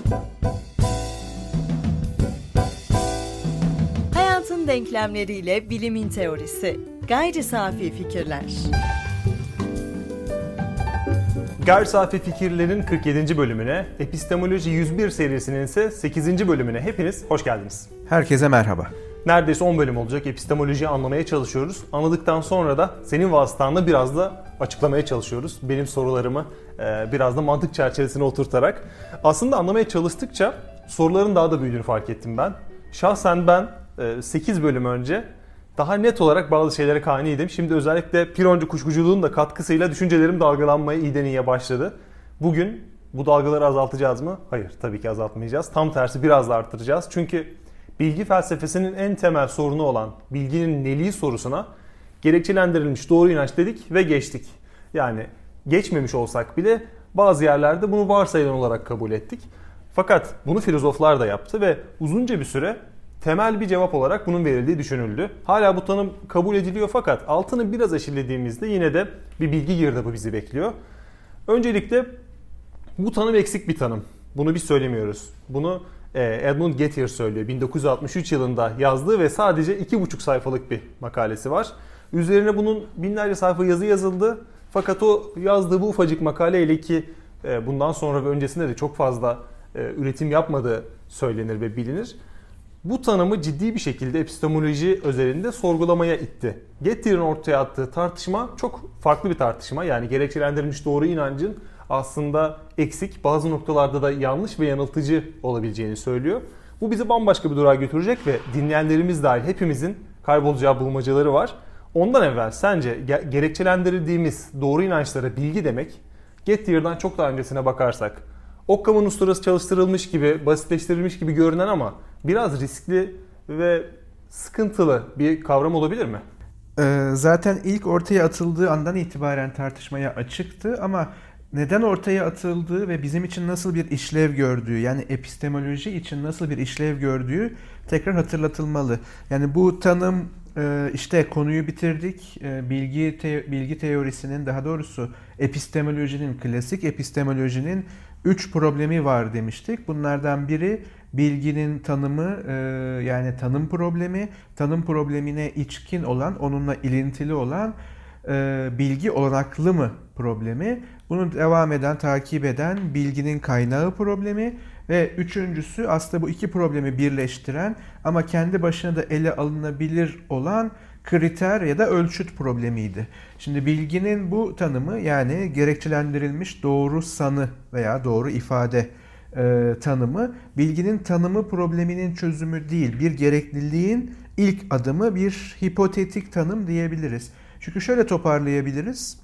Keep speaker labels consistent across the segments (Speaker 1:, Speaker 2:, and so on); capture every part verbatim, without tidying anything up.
Speaker 1: Hayatın denklemleriyle bilimin teorisi. Gayri safi fikirler.
Speaker 2: Gayri safi fikirlerin kırk yedinci bölümüne, Epistemoloji yüz bir serisinin ise sekizinci bölümüne hepiniz hoş geldiniz.
Speaker 3: Herkese merhaba.
Speaker 2: Neredeyse on bölüm olacak. Epistemolojiyi anlamaya çalışıyoruz. Anladıktan sonra da senin vasıtanla biraz da açıklamaya çalışıyoruz. Benim sorularımı biraz da mantık çerçevesine oturtarak. Aslında anlamaya çalıştıkça soruların daha da büyüdüğünü fark ettim ben. Şahsen ben sekiz bölüm önce daha net olarak bazı şeylere kaniydim. Şimdi özellikle Pironcu kuşkuculuğun da katkısıyla düşüncelerim dalgalanmaya iyiden iyiye başladı. Bugün bu dalgaları azaltacağız mı? Hayır, tabii ki azaltmayacağız. Tam tersi biraz da arttıracağız. Çünkü bilgi felsefesinin en temel sorunu olan bilginin neliği sorusuna gerekçelendirilmiş doğru inanç dedik ve geçtik. Yani geçmemiş olsak bile bazı yerlerde bunu varsayılan olarak kabul ettik. Fakat bunu filozoflar da yaptı ve uzunca bir süre temel bir cevap olarak bunun verildiği düşünüldü. Hala bu tanım kabul ediliyor fakat altını biraz aşilediğimizde yine de bir bilgi girdabı bizi bekliyor. Öncelikle bu tanım eksik bir tanım. Bunu biz söylemiyoruz. Bunu Edmund Gettier söylüyor. bin dokuz yüz altmış üç yılında yazdığı ve sadece iki buçuk sayfalık bir makalesi var. Üzerine bunun binlerce sayfa yazı yazıldı. Fakat o yazdığı bu ufacık makaleyle ki bundan sonra ve öncesinde de çok fazla üretim yapmadığı söylenir ve bilinir. Bu tanımı ciddi bir şekilde epistemoloji özelinde sorgulamaya itti. Gettier'in ortaya attığı tartışma çok farklı bir tartışma. Yani gerekçelendirilmiş doğru inancın aslında eksik, bazı noktalarda da yanlış ve yanıltıcı olabileceğini söylüyor. Bu bizi bambaşka bir durağa götürecek ve dinleyenlerimiz dahil hepimizin kaybolacağı bulmacaları var. Ondan evvel sence gerekçelendirildiğimiz doğru inançlara bilgi demek, Gettier'dan çok daha öncesine bakarsak, Occam'ın usturası çalıştırılmış gibi, basitleştirilmiş gibi görünen ama biraz riskli ve sıkıntılı bir kavram olabilir mi?
Speaker 3: Zaten ilk ortaya atıldığı andan itibaren tartışmaya açıktı ama neden ortaya atıldığı ve bizim için nasıl bir işlev gördüğü, yani epistemoloji için nasıl bir işlev gördüğü tekrar hatırlatılmalı. Yani bu tanım, işte konuyu bitirdik, bilgi te- bilgi teorisinin, daha doğrusu epistemolojinin, klasik epistemolojinin üç problemi var demiştik. Bunlardan biri bilginin tanımı, yani tanım problemi, tanım problemine içkin olan, onunla ilintili olan bilgi olanaklı mı problemi. Bunu devam eden, takip eden bilginin kaynağı problemi ve üçüncüsü aslında bu iki problemi birleştiren ama kendi başına da ele alınabilir olan kriter ya da ölçüt problemiydi. Şimdi bilginin bu tanımı, yani gerekçelendirilmiş doğru sanı veya doğru ifade e, tanımı, bilginin tanımı probleminin çözümü değil, bir gerekliliğin ilk adımı, bir hipotetik tanım diyebiliriz. Çünkü şöyle toparlayabiliriz.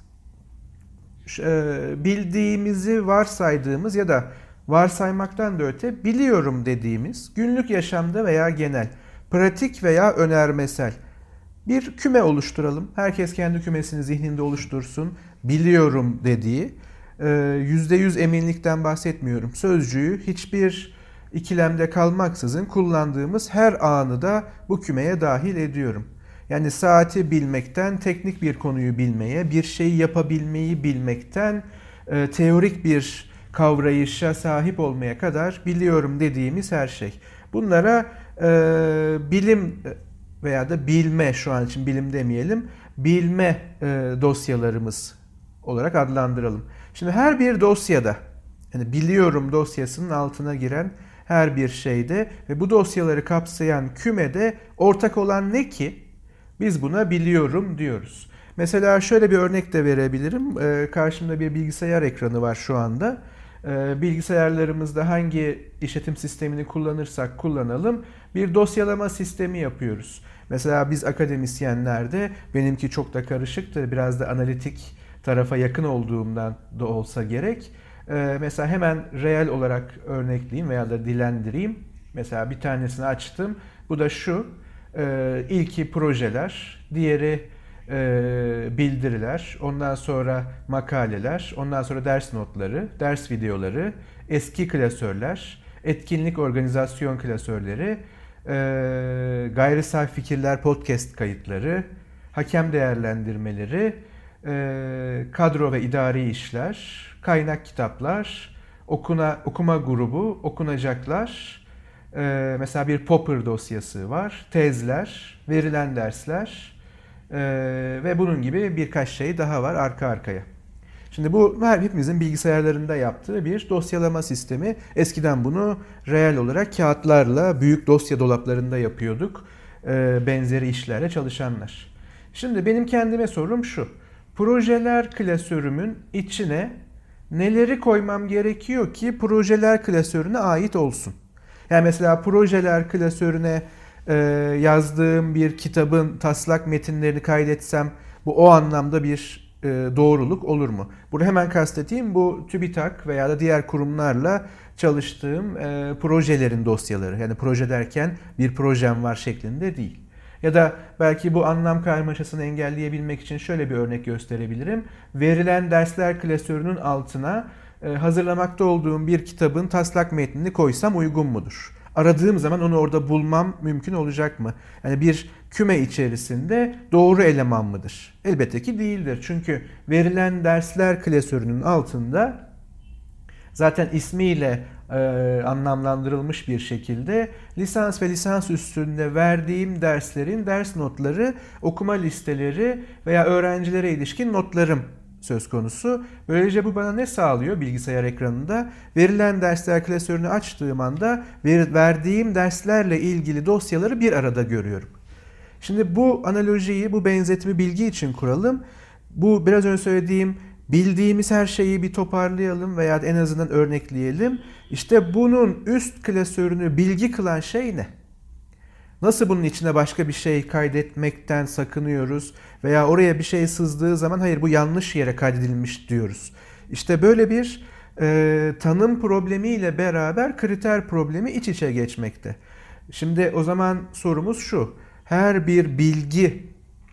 Speaker 3: Bildiğimizi varsaydığımız ya da varsaymaktan da öte biliyorum dediğimiz günlük yaşamda veya genel, pratik veya önermesel bir küme oluşturalım. Herkes kendi kümesini zihninde oluştursun. Biliyorum dediği, yüzde yüz eminlikten bahsetmiyorum. Sözcüğü hiçbir ikilemde kalmaksızın kullandığımız her anı da bu kümeye dahil ediyorum. Yani saati bilmekten teknik bir konuyu bilmeye, bir şeyi yapabilmeyi bilmekten e, teorik bir kavrayışa sahip olmaya kadar biliyorum dediğimiz her şey. Bunlara e, bilim veya da bilme, şu an için bilim demeyelim, bilme e, dosyalarımız olarak adlandıralım. Şimdi her bir dosyada, yani biliyorum dosyasının altına giren her bir şeyde ve bu dosyaları kapsayan kümede ortak olan ne ki? Biz buna biliyorum diyoruz. Mesela şöyle bir örnek de verebilirim. Ee, karşımda bir bilgisayar ekranı var şu anda. Ee, bilgisayarlarımızda hangi işletim sistemini kullanırsak kullanalım bir dosyalama sistemi yapıyoruz. Mesela biz akademisyenlerde, benimki çok da karışıktır, biraz da analitik tarafa yakın olduğumdan da olsa gerek. Ee, mesela hemen reel olarak örnekleyeyim veya da dilendireyim. Mesela bir tanesini açtım. Bu da şu. Ee, ilki projeler, diğeri e, bildiriler, ondan sonra makaleler, ondan sonra ders notları, ders videoları, eski klasörler, etkinlik organizasyon klasörleri, e, gayri safi fikirler podcast kayıtları, hakem değerlendirmeleri, e, kadro ve idari işler, kaynak kitaplar, okuna okuma grubu, okunacaklar, e, mesela bir Popper dosyası var, tezler, verilen dersler e, ve bunun gibi birkaç şey daha var arka arkaya. Şimdi bu her hepimizin bilgisayarlarında yaptığı bir dosyalama sistemi. Eskiden bunu reel olarak kağıtlarla büyük dosya dolaplarında yapıyorduk. E, benzeri işlerle çalışanlar. Şimdi benim kendime sorum şu. Projeler klasörümün içine neleri koymam gerekiyor ki projeler klasörüne ait olsun? Yani mesela projeler klasörüne e, yazdığım bir kitabın taslak metinlerini kaydetsem bu o anlamda bir e, doğruluk olur mu? Burada hemen kastettiğim bu TÜBİTAK veya da diğer kurumlarla çalıştığım e, projelerin dosyaları. Yani proje derken bir projem var şeklinde değil. Ya da belki bu anlam karmaşasını engelleyebilmek için şöyle bir örnek gösterebilirim. Verilen dersler klasörünün altına e, hazırlamakta olduğum bir kitabın taslak metnini koysam uygun mudur? Aradığım zaman onu orada bulmam mümkün olacak mı? Yani bir küme içerisinde doğru eleman mıdır? Elbette ki değildir. Çünkü verilen dersler klasörünün altında zaten ismiyle e, anlamlandırılmış bir şekilde lisans ve lisans üstünde verdiğim derslerin ders notları, okuma listeleri veya öğrencilere ilişkin notlarım söz konusu. Böylece bu bana ne sağlıyor bilgisayar ekranında? Verilen dersler klasörünü açtığım anda ver, verdiğim derslerle ilgili dosyaları bir arada görüyorum. Şimdi bu analojiyi, bu benzetimi bilgi için kuralım. Bu biraz önce söylediğim bildiğimiz her şeyi bir toparlayalım veya en azından örnekleyelim. İşte bunun üst klasörünü bilgi kılan şey ne? Nasıl bunun içine başka bir şey kaydetmekten sakınıyoruz veya oraya bir şey sızdığı zaman hayır bu yanlış yere kaydedilmiş diyoruz. İşte böyle bir e, tanım problemiyle beraber kriter problemi iç içe geçmekte. Şimdi o zaman sorumuz şu. Her bir bilgi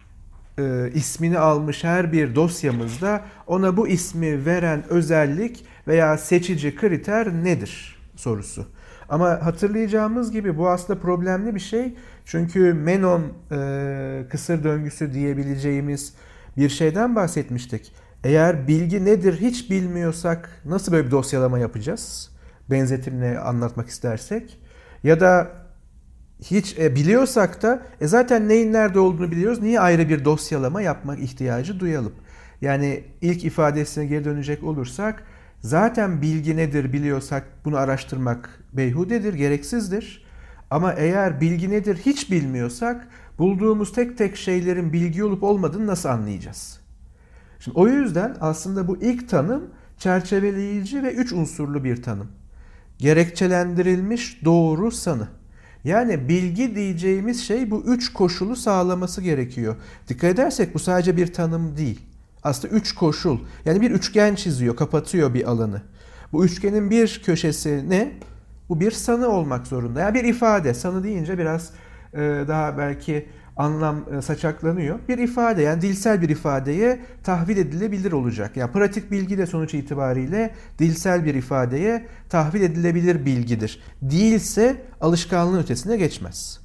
Speaker 3: e, ismini almış her bir dosyamızda ona bu ismi veren özellik veya seçici kriter nedir sorusu. Ama hatırlayacağımız gibi bu aslında problemli bir şey. Çünkü Menon e, kısır döngüsü diyebileceğimiz bir şeyden bahsetmiştik. Eğer bilgi nedir hiç bilmiyorsak nasıl böyle bir dosyalama yapacağız? Benzetimle anlatmak istersek. Ya da hiç e, biliyorsak da e, zaten neyin nerede olduğunu biliyoruz. Niye ayrı bir dosyalama yapmak ihtiyacı duyalım? Yani ilk ifadesine geri dönecek olursak zaten bilgi nedir biliyorsak bunu araştırmak beyhudedir, gereksizdir. Ama eğer bilgi nedir hiç bilmiyorsak bulduğumuz tek tek şeylerin bilgi olup olmadığını nasıl anlayacağız? Şimdi o yüzden aslında bu ilk tanım çerçeveleyici ve üç unsurlu bir tanım. Gerekçelendirilmiş doğru sanı. Yani bilgi diyeceğimiz şey bu üç koşulu sağlaması gerekiyor. Dikkat edersek bu sadece bir tanım değil. Aslında üç koşul. Yani bir üçgen çiziyor, kapatıyor bir alanı. Bu üçgenin bir köşesi ne? Bu bir sanı olmak zorunda. Yani bir ifade. Sanı deyince biraz e, daha belki anlam e, saçaklanıyor. Bir ifade yani dilsel bir ifadeye tahvil edilebilir olacak. Yani pratik bilgi de sonuç itibariyle dilsel bir ifadeye tahvil edilebilir bilgidir. Değilse alışkanlığın ötesine geçmez.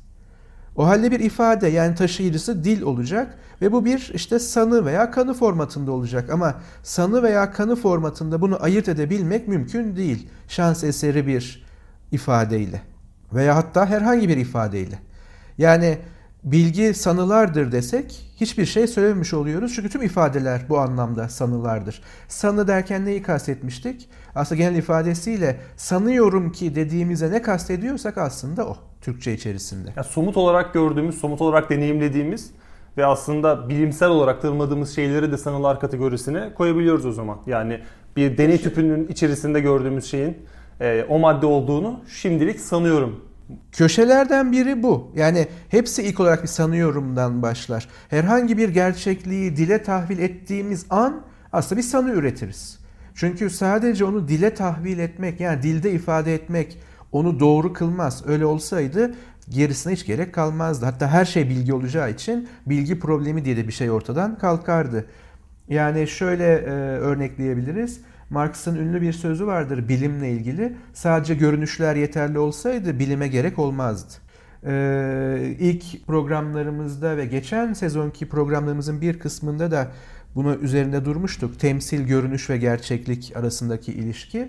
Speaker 3: O halde bir ifade yani taşıyıcısı dil olacak ve bu bir işte sanı veya kanı formatında olacak. Ama sanı veya kanı formatında bunu ayırt edebilmek mümkün değil. Şans eseri bir ifadeyle veya hatta herhangi bir ifadeyle. Yani bilgi sanılardır desek hiçbir şey söylememiş oluyoruz. Çünkü tüm ifadeler bu anlamda sanılardır. Sanı derken neyi kastetmiştik? Aslında genel ifadesiyle sanıyorum ki dediğimize ne kastediyorsak aslında o Türkçe içerisinde.
Speaker 2: Yani somut olarak gördüğümüz, somut olarak deneyimlediğimiz ve aslında bilimsel olarak tanımladığımız şeyleri de sanılar kategorisine koyabiliyoruz o zaman. Yani bir deney tüpünün içerisinde gördüğümüz şeyin e, o madde olduğunu şimdilik sanıyorum.
Speaker 3: Köşelerden biri bu. Yani hepsi ilk olarak bir sanıyorumdan başlar. Herhangi bir gerçekliği dile tahvil ettiğimiz an aslında bir sanı üretiriz. Çünkü sadece onu dile tahvil etmek yani dilde ifade etmek onu doğru kılmaz. Öyle olsaydı gerisine hiç gerek kalmazdı. Hatta her şey bilgi olacağı için bilgi problemi diye de bir şey ortadan kalkardı. Yani şöyle e, örnekleyebiliriz. Marx'ın ünlü bir sözü vardır bilimle ilgili. Sadece görünüşler yeterli olsaydı bilime gerek olmazdı. Ee, ilk programlarımızda ve geçen sezonki programlarımızın bir kısmında da bunu üzerinde durmuştuk. Temsil, görünüş ve gerçeklik arasındaki ilişki.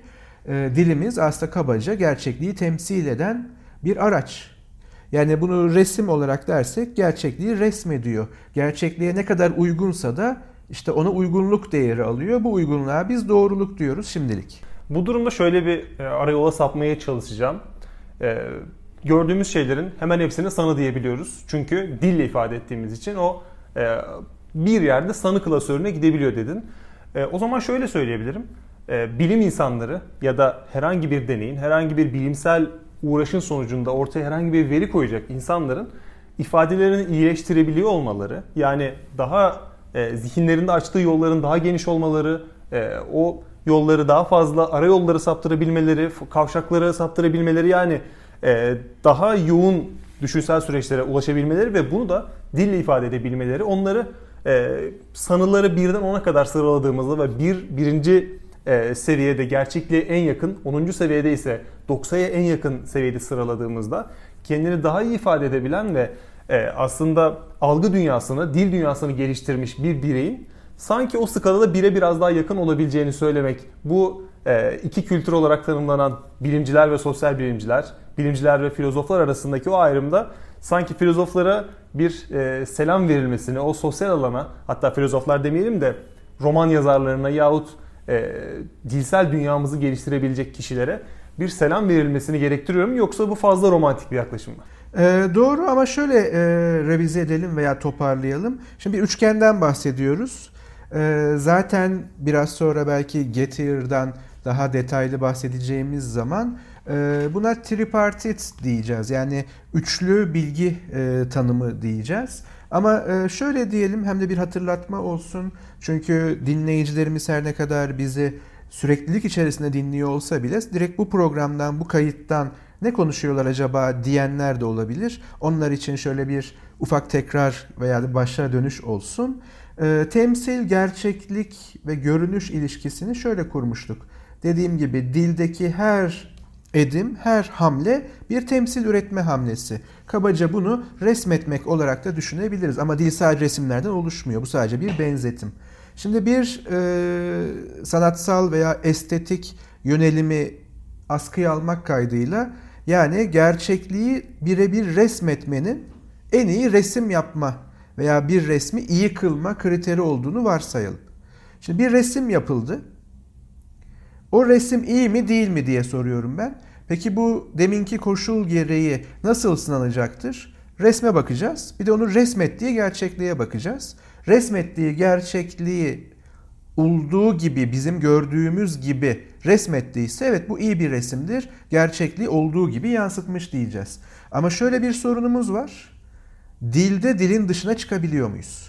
Speaker 3: e, dilimiz aslında kabaca gerçekliği temsil eden bir araç. Yani bunu resim olarak dersek gerçekliği resmediyor. Gerçekliğe ne kadar uygunsa da işte ona uygunluk değeri alıyor. Bu uygunluğa biz doğruluk diyoruz şimdilik.
Speaker 2: Bu durumda şöyle bir arayola sapmaya çalışacağım. Ee, gördüğümüz şeylerin hemen hepsini sanı diyebiliyoruz. Çünkü dille ifade ettiğimiz için o e, bir yerde sanı klasörüne gidebiliyor dedin. E, o zaman şöyle söyleyebilirim. E, bilim insanları ya da herhangi bir deneyin, herhangi bir bilimsel uğraşın sonucunda ortaya herhangi bir veri koyacak insanların ifadelerini iyileştirebiliyor olmaları, yani daha e, zihinlerinde açtığı yolların daha geniş olmaları, e, o yolları daha fazla arayolları saptırabilmeleri, kavşakları saptırabilmeleri, yani e, daha yoğun düşünsel süreçlere ulaşabilmeleri ve bunu da dille ifade edebilmeleri, onları e, sanıları birden ona kadar sıraladığımızda ve bir birinci e, seviyede gerçekliğe en yakın, onuncu seviyede ise doksaya en yakın seviyede sıraladığımızda kendini daha iyi ifade edebilen ve e, aslında algı dünyasını, dil dünyasını geliştirmiş bir bireyin sanki o skalada bire biraz daha yakın olabileceğini söylemek, bu e, iki kültür olarak tanımlanan bilimciler ve sosyal bilimciler, bilimciler ve filozoflar arasındaki o ayrımda sanki filozoflara bir e, selam verilmesini, o sosyal alana, hatta filozoflar demeyelim de roman yazarlarına yahut e, dilsel dünyamızı geliştirebilecek kişilere bir selam verilmesini gerektiriyorum. Yoksa bu fazla romantik bir yaklaşım mı?
Speaker 3: Ee, doğru ama şöyle e, revize edelim veya toparlayalım. Şimdi bir üçgenden bahsediyoruz. Ee, zaten biraz sonra belki Gettir'den daha detaylı bahsedeceğimiz zaman e, buna tripartit diyeceğiz. Yani üçlü bilgi e, tanımı diyeceğiz. Ama e, şöyle diyelim, hem de bir hatırlatma olsun. Çünkü dinleyicilerimiz her ne kadar bizi süreklilik içerisinde dinliyor olsa bile direkt bu programdan, bu kayıttan ne konuşuyorlar acaba diyenler de olabilir. Onlar için şöyle bir ufak tekrar veya da başa dönüş olsun. E, temsil, gerçeklik ve görünüş ilişkisini şöyle kurmuştuk. Dediğim gibi dildeki her edim, her hamle bir temsil üretme hamlesi. Kabaca bunu resmetmek olarak da düşünebiliriz. Ama dil sadece resimlerden oluşmuyor. Bu sadece bir benzetim. Şimdi bir e, sanatsal veya estetik yönelimi askıya almak kaydıyla, yani gerçekliği birebir resmetmenin en iyi resim yapma veya bir resmi iyi kılma kriteri olduğunu varsayalım. Şimdi bir resim yapıldı. O resim iyi mi değil mi diye soruyorum ben. Peki bu deminki koşul gereği nasıl sınanacaktır? Resme bakacağız. Bir de onun resmettiği gerçekliğe bakacağız. Resmettiği gerçekliği olduğu gibi, bizim gördüğümüz gibi resmettiyse evet bu iyi bir resimdir. Gerçekliği olduğu gibi yansıtmış diyeceğiz. Ama şöyle bir sorunumuz var. Dilde dilin dışına çıkabiliyor muyuz?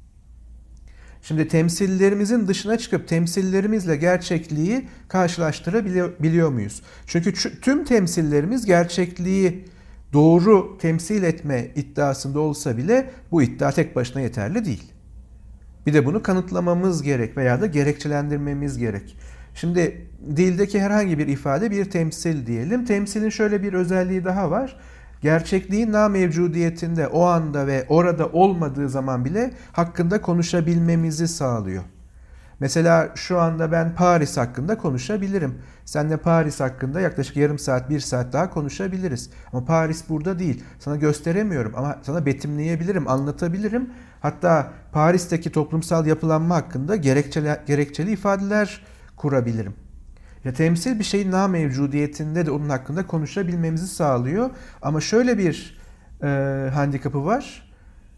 Speaker 3: Şimdi temsillerimizin dışına çıkıp temsillerimizle gerçekliği karşılaştırabiliyor muyuz? Çünkü tüm temsillerimiz gerçekliği doğru temsil etme iddiasında olsa bile bu iddia tek başına yeterli değil. Bir de bunu kanıtlamamız gerek veya da gerekçelendirmemiz gerek. Şimdi dildeki herhangi bir ifade bir temsil diyelim. Temsilin şöyle bir özelliği daha var. Gerçekliğin namevcudiyetinde, o anda ve orada olmadığı zaman bile hakkında konuşabilmemizi sağlıyor. Mesela şu anda ben Paris hakkında konuşabilirim. Seninle Paris hakkında yaklaşık yarım saat, bir saat daha konuşabiliriz. Ama Paris burada değil. Sana gösteremiyorum ama sana betimleyebilirim, anlatabilirim. Hatta Paris'teki toplumsal yapılanma hakkında gerekçeli, gerekçeli ifadeler kurabilirim. Ya temsil bir şeyin namevcudiyetinde de onun hakkında konuşabilmemizi sağlıyor. Ama şöyle bir e, handikapı var.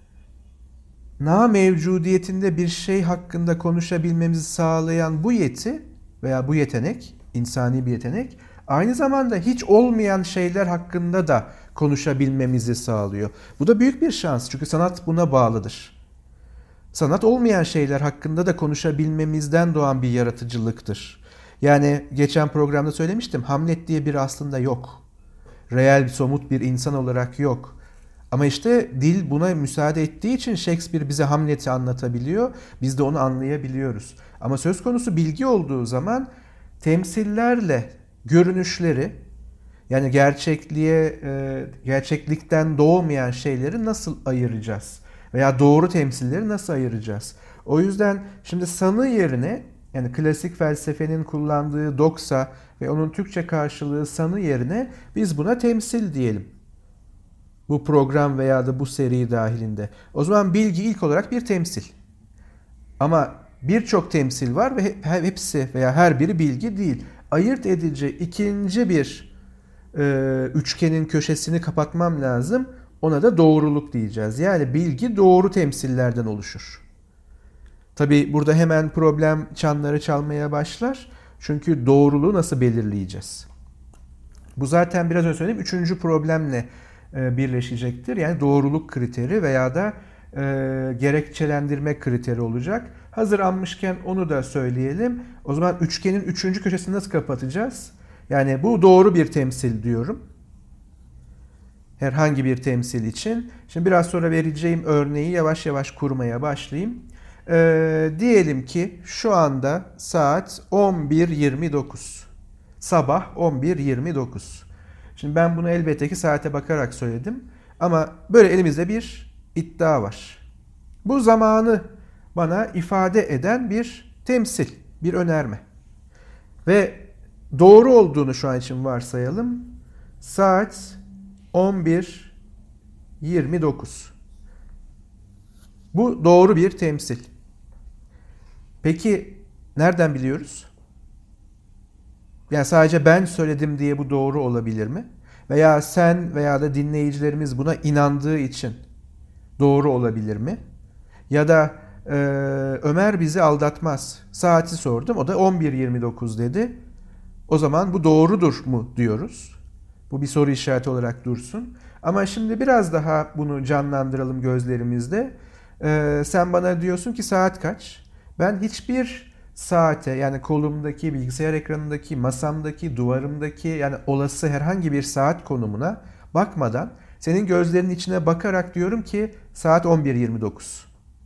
Speaker 3: Namevcudiyetinde bir şey hakkında konuşabilmemizi sağlayan bu yeti veya bu yetenek, insani bir yetenek, aynı zamanda hiç olmayan şeyler hakkında da konuşabilmemizi sağlıyor. Bu da büyük bir şans çünkü sanat buna bağlıdır. Sanat olmayan şeyler hakkında da konuşabilmemizden doğan bir yaratıcılıktır. Yani geçen programda söylemiştim, Hamlet diye biri aslında yok. Reel, somut bir insan olarak yok. Ama işte dil buna müsaade ettiği için Shakespeare bize Hamlet'i anlatabiliyor. Biz de onu anlayabiliyoruz. Ama söz konusu bilgi olduğu zaman temsillerle görünüşleri, yani gerçekliğe, gerçeklikten doğmayan şeyleri nasıl ayıracağız? Veya doğru temsilleri nasıl ayıracağız? O yüzden şimdi sanı yerine Yani klasik felsefenin kullandığı doksa ve onun Türkçe karşılığı sanı yerine biz buna temsil diyelim. Bu program veya da bu seri dahilinde. O zaman bilgi ilk olarak bir temsil. Ama birçok temsil var ve hepsi veya her biri bilgi değil. Ayırt edici ikinci bir e, üçgenin köşesini kapatmam lazım. Ona da doğruluk diyeceğiz. Yani bilgi doğru temsillerden oluşur. Tabi burada hemen problem çanları çalmaya başlar. Çünkü doğruluğu nasıl belirleyeceğiz? Bu zaten biraz önce söylediğim üçüncü problemle e, birleşecektir. Yani doğruluk kriteri veya da e, gerekçelendirme kriteri olacak. Hazır anmışken onu da söyleyelim. O zaman üçgenin üçüncü köşesini nasıl kapatacağız? Yani bu doğru bir temsil diyorum. Herhangi bir temsil için. Şimdi biraz sonra vereceğim örneği yavaş yavaş kurmaya başlayayım. Ee, diyelim ki şu anda saat on bir yirmi dokuz. Sabah on bir yirmi dokuz. Şimdi ben bunu elbette ki saate bakarak söyledim. Ama böyle elimizde bir iddia var. Bu zamanı bana ifade eden bir temsil, bir önerme. Ve doğru olduğunu şu an için varsayalım. Saat on bir yirmi dokuz. Bu doğru bir temsil. Peki nereden biliyoruz? Yani sadece ben söyledim diye bu doğru olabilir mi? Veya sen veya da dinleyicilerimiz buna inandığı için doğru olabilir mi? Ya da e, Ömer bizi aldatmaz. Saati sordum, o da on bir yirmi dokuz dedi. O zaman bu doğrudur mu diyoruz? Bu bir soru işareti olarak dursun. Ama şimdi biraz daha bunu canlandıralım gözlerimizde. Ee, sen bana diyorsun ki saat kaç? Ben hiçbir saate, yani kolumdaki, bilgisayar ekranındaki, masamdaki, duvarımdaki, yani olası herhangi bir saat konumuna bakmadan senin gözlerinin içine bakarak diyorum ki saat on bir yirmi dokuz.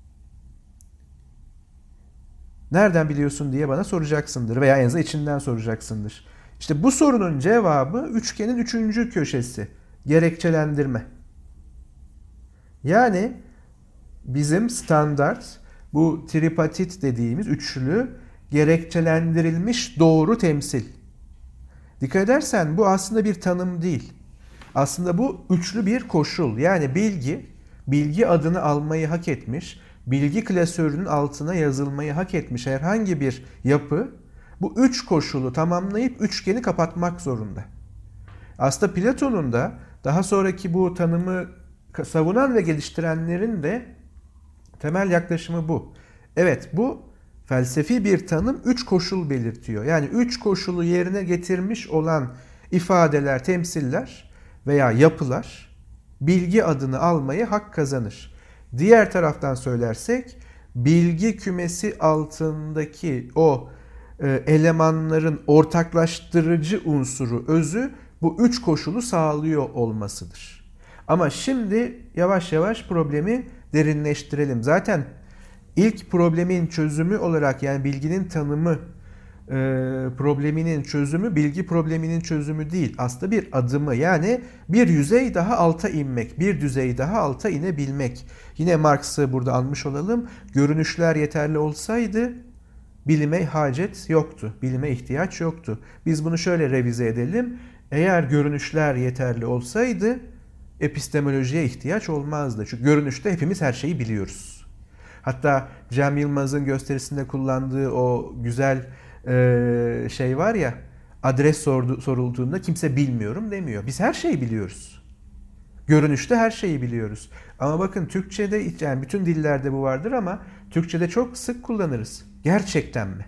Speaker 3: Nereden biliyorsun diye bana soracaksındır veya en azından içinden soracaksındır. İşte bu sorunun cevabı üçgenin üçüncü köşesi. Gerekçelendirme. Yani bizim standart bu tripatit dediğimiz üçlü gerekçelendirilmiş doğru temsil. Dikkat edersen bu aslında bir tanım değil. Aslında bu üçlü bir koşul. Yani bilgi, bilgi adını almayı hak etmiş, bilgi klasörünün altına yazılmayı hak etmiş herhangi bir yapı bu üç koşulu tamamlayıp üçgeni kapatmak zorunda. Aslında Platon'un da daha sonraki bu tanımı savunan ve geliştirenlerin de temel yaklaşımı bu. Evet, bu felsefi bir tanım üç koşul belirtiyor. Yani üç koşulu yerine getirmiş olan ifadeler, temsiller veya yapılar bilgi adını almayı hak kazanır. Diğer taraftan söylersek bilgi kümesi altındaki o elemanların ortaklaştırıcı unsuru, özü bu üç koşulu sağlıyor olmasıdır. Ama şimdi yavaş yavaş problemi derinleştirelim. Zaten ilk problemin çözümü olarak, yani bilginin tanımı e, probleminin çözümü bilgi probleminin çözümü değil. Aslında bir adımı, yani bir yüzey daha alta inmek, bir düzey daha alta inebilmek. Yine Marx'ı burada almış olalım. Görünüşler yeterli olsaydı bilime hacet yoktu, bilime ihtiyaç yoktu. Biz bunu şöyle revize edelim. Eğer görünüşler yeterli olsaydı epistemolojiye ihtiyaç olmazdı. Çünkü görünüşte hepimiz her şeyi biliyoruz. Hatta Cem Yılmaz'ın gösterisinde kullandığı o güzel e, şey var ya, adres sordu, sorulduğunda kimse bilmiyorum demiyor. Biz her şeyi biliyoruz. Görünüşte her şeyi biliyoruz. Ama bakın Türkçe'de, yani bütün dillerde bu vardır ama Türkçe'de çok sık kullanırız. Gerçekten mi?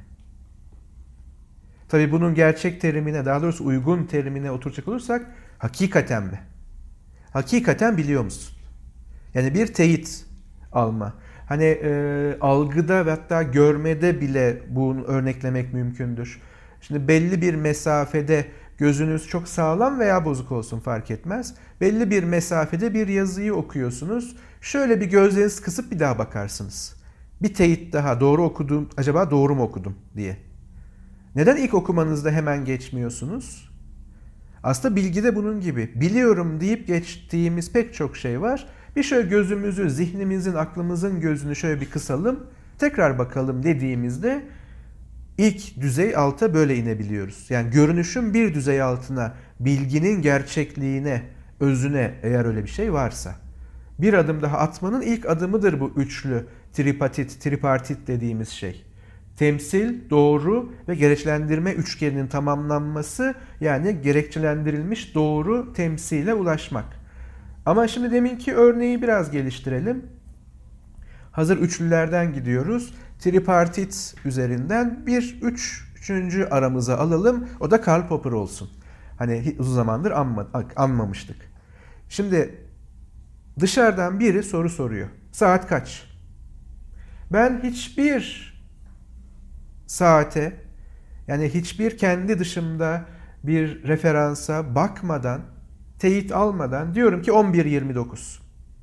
Speaker 3: Tabii bunun gerçek terimine, daha doğrusu uygun terimine oturacak olursak hakikaten mi? Hakikaten biliyor musun? Yani bir teyit alma. Hani e, algıda ve hatta görmede bile bunu örneklemek mümkündür. Şimdi belli bir mesafede gözünüz çok sağlam veya bozuk olsun fark etmez. Belli bir mesafede bir yazıyı okuyorsunuz. Şöyle bir gözlerinizi kısıp bir daha bakarsınız. Bir teyit daha, doğru okudum, acaba doğru mu okudum diye. Neden ilk okumanızda hemen geçmiyorsunuz? Aslında bilgide bunun gibi. Biliyorum deyip geçtiğimiz pek çok şey var. Bir şöyle gözümüzü, zihnimizin, aklımızın gözünü şöyle bir kısalım, tekrar bakalım dediğimizde ilk düzey alta böyle inebiliyoruz. Yani görünüşün bir düzey altına, bilginin gerçekliğine, özüne eğer öyle bir şey varsa. Bir adım daha atmanın ilk adımıdır bu üçlü tripatit, tripartit dediğimiz şey. Temsil, doğru ve gerekçelendirme üçgeninin tamamlanması, yani gerekçelendirilmiş doğru temsile ulaşmak. Ama şimdi deminki örneği biraz geliştirelim. Hazır üçlülerden gidiyoruz. Tripartit üzerinden bir üç, üçüncü aramıza alalım. O da Karl Popper olsun. Hani uzun zamandır anma, anmamıştık. Şimdi dışarıdan biri soru soruyor. Saat kaç? Ben hiçbir saate, yani hiçbir kendi dışımda bir referansa bakmadan, teyit almadan diyorum ki on bir yirmi dokuz.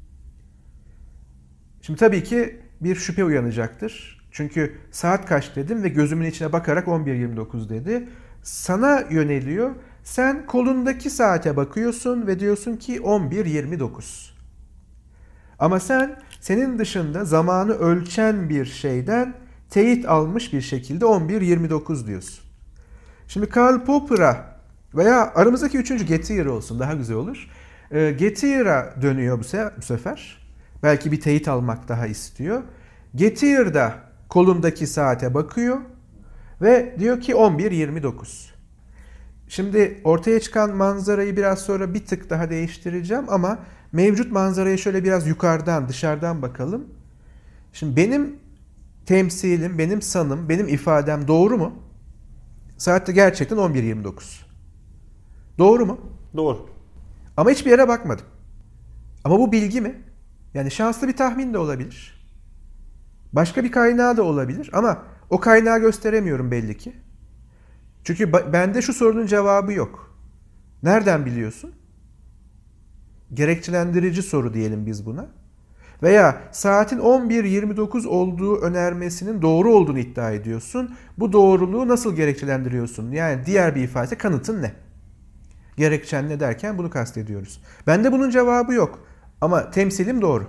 Speaker 3: Şimdi tabii ki bir şüphe uyanacaktır. Çünkü saat kaç dedim ve gözümün içine bakarak on bir yirmi dokuz dedi. Sana yöneliyor. Sen kolundaki saate bakıyorsun ve diyorsun ki on bir yirmi dokuz. Ama sen senin dışında zamanı ölçen bir şeyden teyit almış bir şekilde on bir yirmi dokuz diyorsun. Şimdi Karl Popper'a veya aramızdaki üçüncü Gettier olsun, daha güzel olur. E, Gettier'a dönüyor bu, se- bu sefer. Belki bir teyit almak daha istiyor. Gettier de kolundaki saate bakıyor ve diyor ki on bir yirmi dokuz. Şimdi ortaya çıkan manzarayı biraz sonra bir tık daha değiştireceğim ama mevcut manzaraya şöyle biraz yukarıdan, dışarıdan bakalım. Şimdi benim temsilim, benim sanım, benim ifadem doğru mu? Saatte gerçekten on bir yirmi dokuz. Doğru mu?
Speaker 2: Doğru.
Speaker 3: Ama hiçbir yere bakmadım. Ama bu bilgi mi? Yani şanslı bir tahmin de olabilir. Başka bir kaynağı da olabilir ama o kaynağı gösteremiyorum belli ki. Çünkü bende şu sorunun cevabı yok. Nereden biliyorsun? Gerekçelendirici soru diyelim biz buna. Veya saatin on bir yirmi dokuz olduğu önermesinin doğru olduğunu iddia ediyorsun. Bu doğruluğu nasıl gerekçelendiriyorsun? Yani diğer bir ifade, kanıtın ne? Gerekçen ne derken bunu kastediyoruz. Bende bunun cevabı yok. Ama temsilim doğru.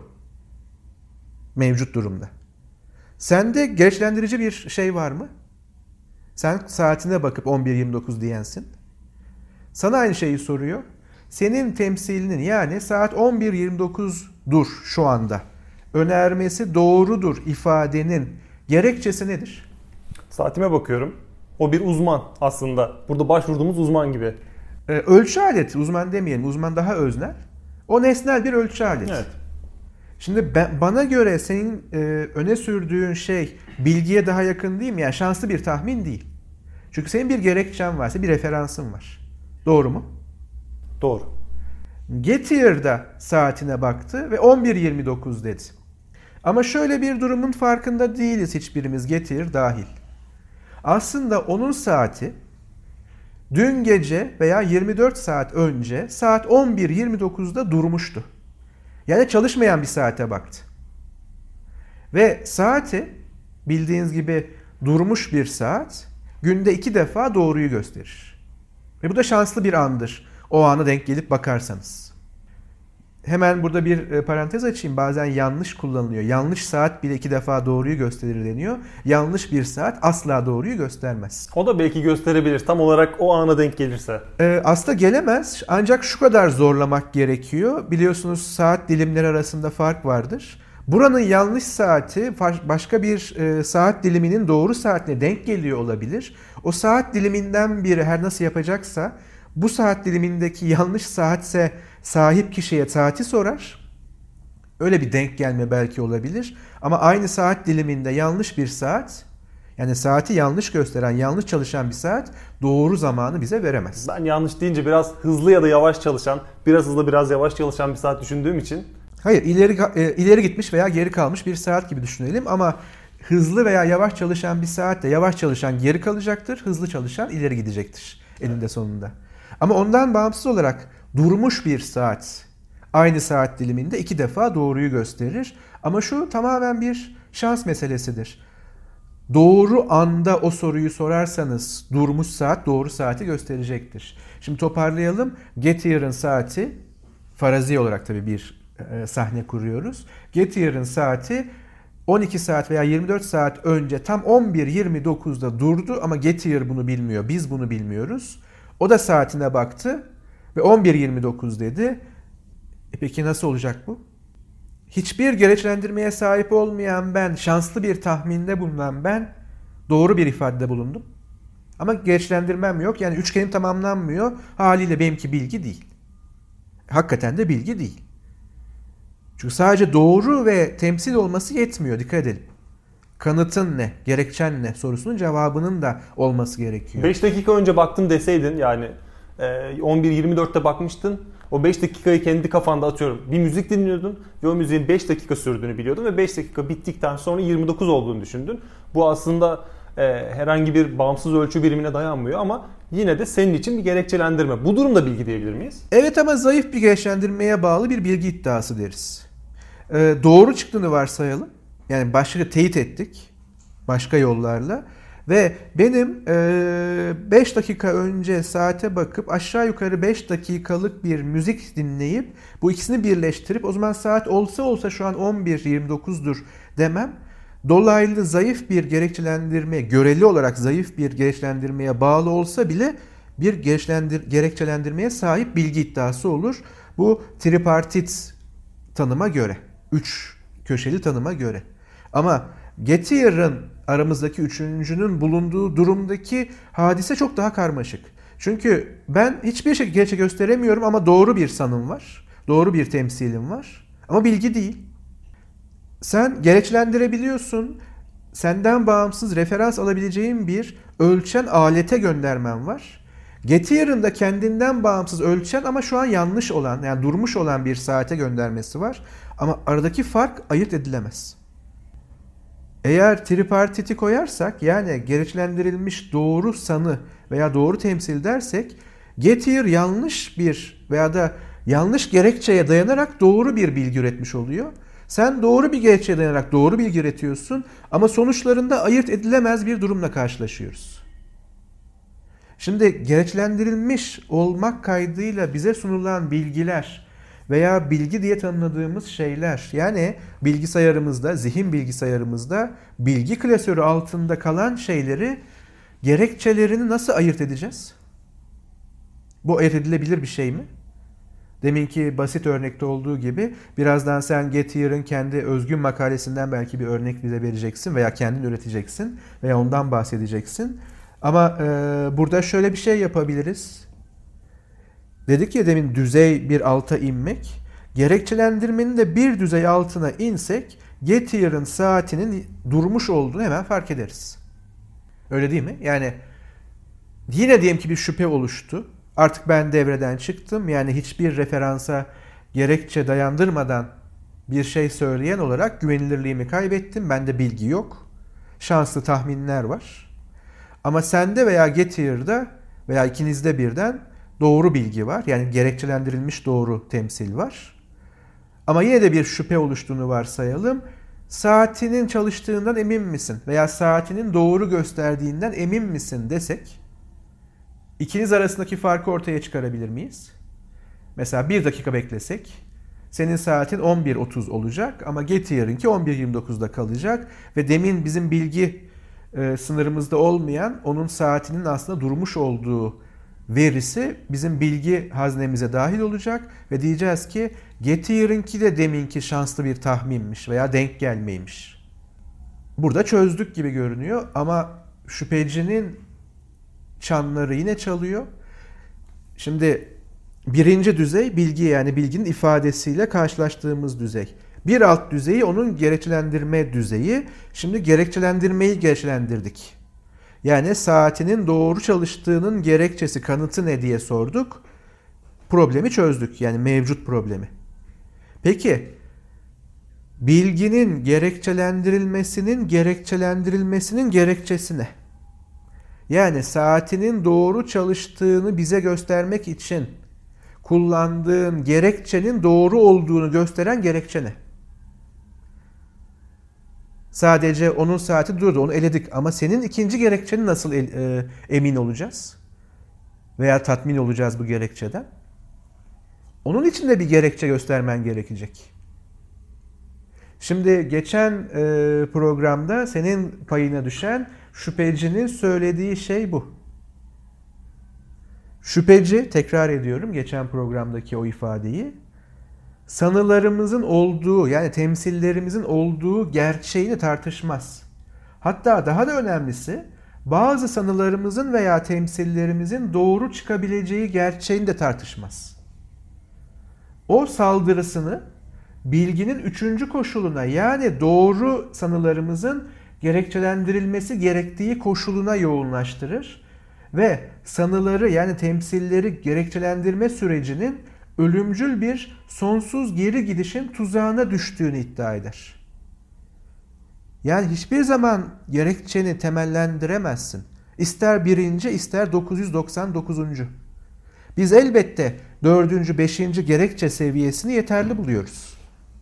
Speaker 3: Mevcut durumda. Sende gerekçelendirici bir şey var mı? Sen saatine bakıp on bir yirmi dokuz diyensin. Sana aynı şeyi soruyor. Senin temsilinin, yani saat on bir yirmi dokuzdur şu anda, önermesi doğrudur ifadenin gerekçesi nedir?
Speaker 2: Saatime bakıyorum. O bir uzman aslında. Burada başvurduğumuz uzman gibi.
Speaker 3: Ee, ölçü aleti, uzman demeyelim. Uzman daha öznel. O nesnel bir ölçü aleti.
Speaker 2: Evet.
Speaker 3: Şimdi ben, bana göre senin e, öne sürdüğün şey bilgiye daha yakın değil mi? Yani şanslı bir tahmin değil. Çünkü senin bir gerekçen varsa, bir referansın var. Doğru mu?
Speaker 2: Doğru.
Speaker 3: Gettier de saatine baktı ve on bir yirmi dokuz dedi. Ama şöyle bir durumun farkında değiliz hiçbirimiz, Gettier dahil. Aslında onun saati dün gece veya yirmi dört saat önce saat on bir yirmi dokuzda durmuştu. Yani çalışmayan bir saate baktı. Ve saati bildiğiniz gibi durmuş bir saat günde iki defa doğruyu gösterir. Ve bu da şanslı bir andır. O ana denk gelip bakarsanız. Hemen burada bir parantez açayım. Bazen yanlış kullanılıyor. Yanlış saat bile iki defa doğruyu gösterir deniyor. Yanlış bir saat asla doğruyu göstermez.
Speaker 2: O da belki gösterebilir. Tam olarak o ana denk gelirse.
Speaker 3: Ee, aslında gelemez. Ancak şu kadar zorlamak gerekiyor. Biliyorsunuz saat dilimleri arasında fark vardır. Buranın yanlış saati başka bir e, saat diliminin doğru saatine denk geliyor olabilir. O saat diliminden biri her nasıl yapacaksa bu saat dilimindeki yanlış saatse sahip kişiye saati sorar. Öyle bir denk gelme belki olabilir. Ama aynı saat diliminde yanlış bir saat, yani saati yanlış gösteren, yanlış çalışan bir saat doğru zamanı bize veremez.
Speaker 2: Ben yanlış deyince biraz hızlı ya da yavaş çalışan, biraz hızlı biraz yavaş çalışan bir saat düşündüğüm için.
Speaker 3: Hayır, ileri e, ileri gitmiş veya geri kalmış bir saat gibi düşünelim ama hızlı veya yavaş çalışan bir saatte yavaş çalışan geri kalacaktır, hızlı çalışan ileri gidecektir eninde sonunda. Ama ondan bağımsız olarak durmuş bir saat aynı saat diliminde iki defa doğruyu gösterir. Ama şu tamamen bir şans meselesidir. Doğru anda o soruyu sorarsanız durmuş saat doğru saati gösterecektir. Şimdi toparlayalım. Gettier'in saati, farazi olarak tabii bir e, sahne kuruyoruz. Gettier'in saati on iki saat veya yirmi dört saat önce tam on bir yirmi dokuzda durdu ama Gettier bunu bilmiyor, biz bunu bilmiyoruz. O da saatine baktı ve on bir yirmi dokuz dedi. E peki nasıl olacak bu? Hiçbir gereçlendirmeye sahip olmayan ben, şanslı bir tahminde bulunan ben doğru bir ifadede bulundum. Ama gereçlendirmem yok. Yani üçgenim tamamlanmıyor. Haliyle benimki bilgi değil. Hakikaten de bilgi değil. Çünkü sadece doğru ve temsil olması yetmiyor. Dikkat edelim. Kanıtın ne, gerekçen ne sorusunun cevabının da olması gerekiyor.
Speaker 2: beş dakika önce baktım deseydin, yani on bir yirmi dörtte bakmıştın. O beş dakikayı kendi kafanda, atıyorum, bir müzik dinliyordun ve o müziğin beş dakika sürdüğünü biliyordun ve beş dakika bittikten sonra yirmi dokuz olduğunu düşündün. Bu aslında e, herhangi bir bağımsız ölçü birimine dayanmıyor ama yine de senin için bir gerekçelendirme. Bu durumda bilgi diyebilir miyiz?
Speaker 3: Evet, ama zayıf bir gerekçelendirmeye bağlı bir bilgi iddiası deriz. Ee, doğru çıktığını varsayalım. Yani başka teyit ettik. Başka yollarla. Ve benim beş dakika önce saate bakıp aşağı yukarı beş dakikalık bir müzik dinleyip bu ikisini birleştirip o zaman saat olsa olsa şu an on bir yirmi dokuzdur demem. Dolaylı zayıf bir gerekçelendirme, göreli olarak zayıf bir gerekçelendirmeye bağlı olsa bile bir gerekçelendirmeye sahip bilgi iddiası olur. Bu tripartit tanıma göre, üç köşeli tanıma göre. Ama Gettier'ın aramızdaki üçüncünün bulunduğu durumdaki hadise çok daha karmaşık. Çünkü ben hiçbir şey gerekçe gösteremiyorum ama doğru bir sanım var. Doğru bir temsilim var. Ama bilgi değil. Sen gerekçelendirebiliyorsun. Senden bağımsız referans alabileceğin bir ölçen alete göndermen var. Gettier'ın da kendinden bağımsız ölçen ama şu an yanlış olan, yani durmuş olan bir saate göndermesi var. Ama aradaki fark ayırt edilemez. Eğer tripartiti koyarsak, yani gerekçelendirilmiş doğru sanı veya doğru temsil dersek, Gettier yanlış bir veya da yanlış gerekçeye dayanarak doğru bir bilgi üretmiş oluyor. Sen doğru bir gerekçeye dayanarak doğru bilgi üretiyorsun ama sonuçlarında ayırt edilemez bir durumla karşılaşıyoruz. Şimdi gerekçelendirilmiş olmak kaydıyla bize sunulan bilgiler veya bilgi diye tanımladığımız şeyler, yani bilgisayarımızda, zihin bilgisayarımızda bilgi klasörü altında kalan şeyleri, gerekçelerini nasıl ayırt edeceğiz? Bu ayırt edilebilir bir şey mi? Deminki basit örnekte olduğu gibi birazdan sen Gettier'ın kendi özgün makalesinden belki bir örnek bize vereceksin veya kendin üreteceksin veya ondan bahsedeceksin. Ama e, burada şöyle bir şey yapabiliriz. Dedik ya demin, düzey bir alta inmek. Gerekçelendirmenin de bir düzey altına insek Gettier'ın saatinin durmuş olduğunu hemen fark ederiz. Öyle değil mi? Yani yine diyelim ki bir şüphe oluştu. Artık ben devreden çıktım. Yani hiçbir referansa gerekçe dayandırmadan bir şey söyleyen olarak güvenilirliğimi kaybettim. Bende bilgi yok. Şanslı tahminler var. Ama sende veya Gettier'da veya ikinizde birden doğru bilgi var. Yani gerekçelendirilmiş doğru temsil var. Ama yine de bir şüphe oluştuğunu varsayalım. Saatinin çalıştığından emin misin? Veya saatinin doğru gösterdiğinden emin misin desek, İkiniz arasındaki farkı ortaya çıkarabilir miyiz? Mesela bir dakika beklesek, senin saatin on bir otuz olacak ama Gettier'inki on bir yirmi dokuzda kalacak ve demin bizim bilgi e, sınırımızda olmayan onun saatinin aslında durmuş olduğu verisi bizim bilgi haznemize dahil olacak ve diyeceğiz ki Gettier'inki de deminki şanslı bir tahminmiş veya denk gelmeymiş. Burada çözdük gibi görünüyor ama şüphecinin çanları yine çalıyor. Şimdi birinci düzey bilgi, yani bilginin ifadesiyle karşılaştığımız düzey. Bir alt düzeyi onun gerekçelendirme düzeyi. Şimdi gerekçelendirmeyi gerekçelendirdik. Yani saatinin doğru çalıştığının gerekçesi, kanıtı ne diye sorduk. Problemi çözdük, yani mevcut problemi. Peki bilginin gerekçelendirilmesinin gerekçelendirilmesinin gerekçesi ne? Yani saatinin doğru çalıştığını bize göstermek için kullandığın gerekçenin doğru olduğunu gösteren gerekçe ne? Sadece onun saati durdu, onu eledik ama senin ikinci gerekçeni nasıl e, emin olacağız? Veya tatmin olacağız bu gerekçeden? Onun için de bir gerekçe göstermen gerekecek. Şimdi geçen e, programda senin payına düşen şüphecinin söylediği şey bu. Şüpheci, tekrar ediyorum geçen programdaki o ifadeyi, sanılarımızın olduğu yani temsillerimizin olduğu gerçeğini tartışmaz. Hatta daha da önemlisi bazı sanılarımızın veya temsillerimizin doğru çıkabileceği gerçeğini de tartışmaz. O saldırısını bilginin üçüncü koşuluna yani doğru sanılarımızın gerekçelendirilmesi gerektiği koşuluna yoğunlaştırır ve sanıları yani temsilleri gerekçelendirme sürecinin ölümcül bir sonsuz geri gidişin tuzağına düştüğünü iddia eder. Yani hiçbir zaman gerekçeni temellendiremezsin. İster birinci ister dokuz yüz doksan dokuzuncu. Biz elbette dördüncü, beşinci gerekçe seviyesini yeterli buluyoruz.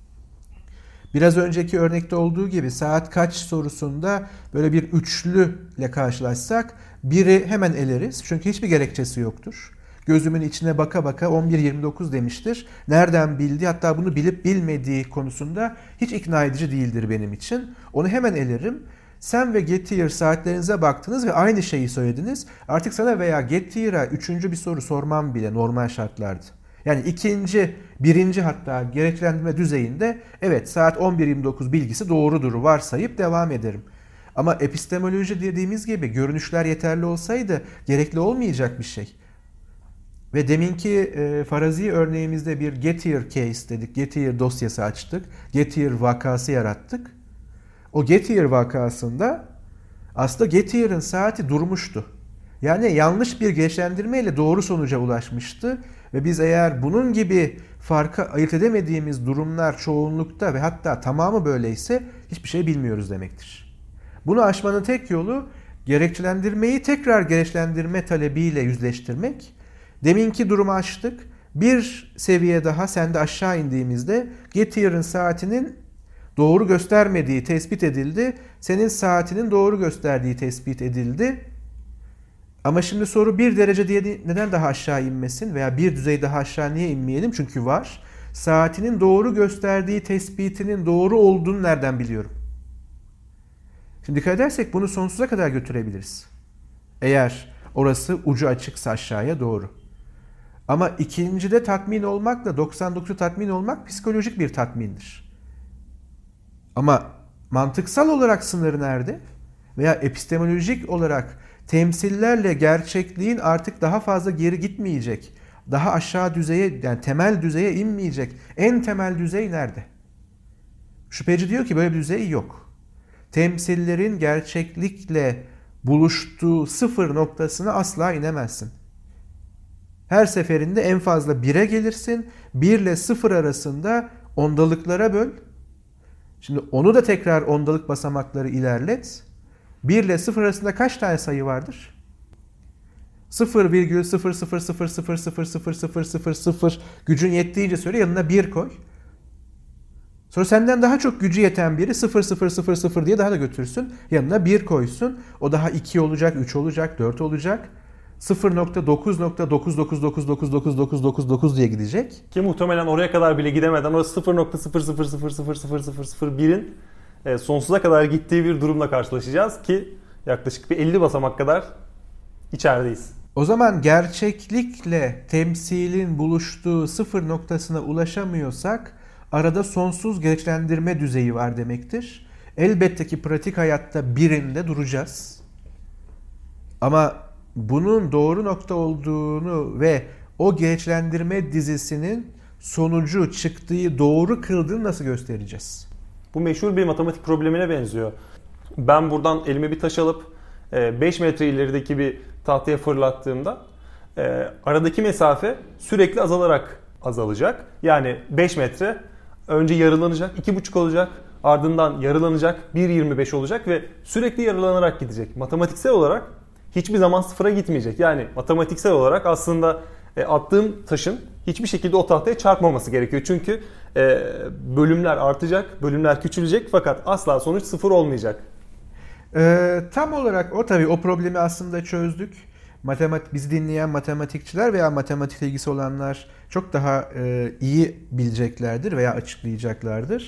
Speaker 3: Biraz önceki örnekte olduğu gibi saat kaç sorusunda böyle bir üçlü ile karşılaşsak biri hemen eleriz. Çünkü hiçbir gerekçesi yoktur. Gözümün içine baka baka on bir yirmi dokuz demiştir. Nereden bildi, hatta bunu bilip bilmediği konusunda hiç ikna edici değildir benim için. Onu hemen elerim. Sen ve Gettier saatlerinize baktınız ve aynı şeyi söylediniz. Artık sana veya Gettier'a üçüncü bir soru sormam bile normal şartlarda. Yani ikinci, birinci hatta gerekçelendirme düzeyinde evet saat on bir yirmi dokuz bilgisi doğrudur varsayıp devam ederim. Ama epistemoloji dediğimiz gibi görünüşler yeterli olsaydı gerekli olmayacak bir şey. Ve deminki e, farazi örneğimizde bir Gettier case dedik. Gettier dosyası açtık. Gettier vakası yarattık. O Gettier vakasında aslında Gettier'in saati durmuştu. Yani yanlış bir gerekçelendirmeyle doğru sonuca ulaşmıştı. Ve biz eğer bunun gibi farkı ayırt edemediğimiz durumlar çoğunlukta ve hatta tamamı böyleyse hiçbir şey bilmiyoruz demektir. Bunu aşmanın tek yolu gerekçelendirmeyi tekrar gerekçelendirme talebiyle yüzleştirmek. Deminki durumu açtık. Bir seviye daha sende aşağı indiğimizde Gettier'in saatinin doğru göstermediği tespit edildi. Senin saatinin doğru gösterdiği tespit edildi. Ama şimdi soru bir derece diye neden daha aşağı inmesin veya bir düzey daha aşağı niye inmeyelim? Çünkü var. Saatinin doğru gösterdiği tespitinin doğru olduğunu nereden biliyorum? Şimdi dikkat edersek bunu sonsuza kadar götürebiliriz. Eğer orası ucu açıksa aşağıya doğru. Ama ikincide tatmin olmakla doksan dokuzda tatmin olmak psikolojik bir tatmindir. Ama mantıksal olarak sınırı nerede? Veya epistemolojik olarak temsillerle gerçekliğin artık daha fazla geri gitmeyecek, daha aşağı düzeye yani temel düzeye inmeyecek. En temel düzey nerede? Şüpheci diyor ki böyle bir düzey yok. Temsillerin gerçeklikle buluştuğu sıfır noktasına asla inemezsin. Her seferinde en fazla bire gelirsin. bir ile sıfır arasında ondalıklara böl. Şimdi onu da tekrar ondalık basamakları ilerlet. bir ile sıfır arasında kaç tane sayı vardır? sıfır virgül sıfır sıfır sıfır sıfır sıfır sıfır sıfır sıfır sıfır gücün yettiğince söyle yanına bir koy. Sonra senden daha çok gücü yeten biri sıfır sıfır sıfır sıfır diye daha da götürsün. Yanına bir koysun. O daha iki olacak, üç olacak, dört olacak. sıfır nokta dokuz nokta dokuz dokuz dokuz dokuz dokuz dokuz dokuz dokuz diye gidecek.
Speaker 2: Ki muhtemelen oraya kadar bile gidemeden o sıfır nokta sıfır sıfır sıfır sıfır sıfır sıfır sıfır birin sonsuza kadar gittiği bir durumla karşılaşacağız ki yaklaşık bir elli basamak kadar içerideyiz.
Speaker 3: O zaman gerçeklikle temsilin buluştuğu sıfır noktasına ulaşamıyorsak arada sonsuz gerekçelendirme düzeyi var demektir. Elbette ki pratik hayatta birinde duracağız. Ama bunun doğru nokta olduğunu ve o gerekçelendirme dizisinin sonucu çıktığı doğru kıldığını nasıl göstereceğiz?
Speaker 2: Bu meşhur bir matematik problemine benziyor. Ben buradan elime bir taş alıp beş metre ilerideki bir tahtaya fırlattığımda aradaki mesafe sürekli azalarak azalacak. Yani beş metre önce yarılanacak, iki buçuk olacak, ardından yarılanacak, bir virgül yirmi beş olacak ve sürekli yarılanarak gidecek. Matematiksel olarak hiçbir zaman sıfıra gitmeyecek. Yani matematiksel olarak aslında attığım taşın hiçbir şekilde o tahtaya çarpmaması gerekiyor. Çünkü bölümler artacak, bölümler küçülecek fakat asla sonuç sıfır olmayacak.
Speaker 3: Ee, tam olarak o tabii o problemi aslında çözdük. Matematik, bizi dinleyen matematikçiler veya matematikle ilgisi olanlar çok daha e, iyi bileceklerdir veya açıklayacaklardır.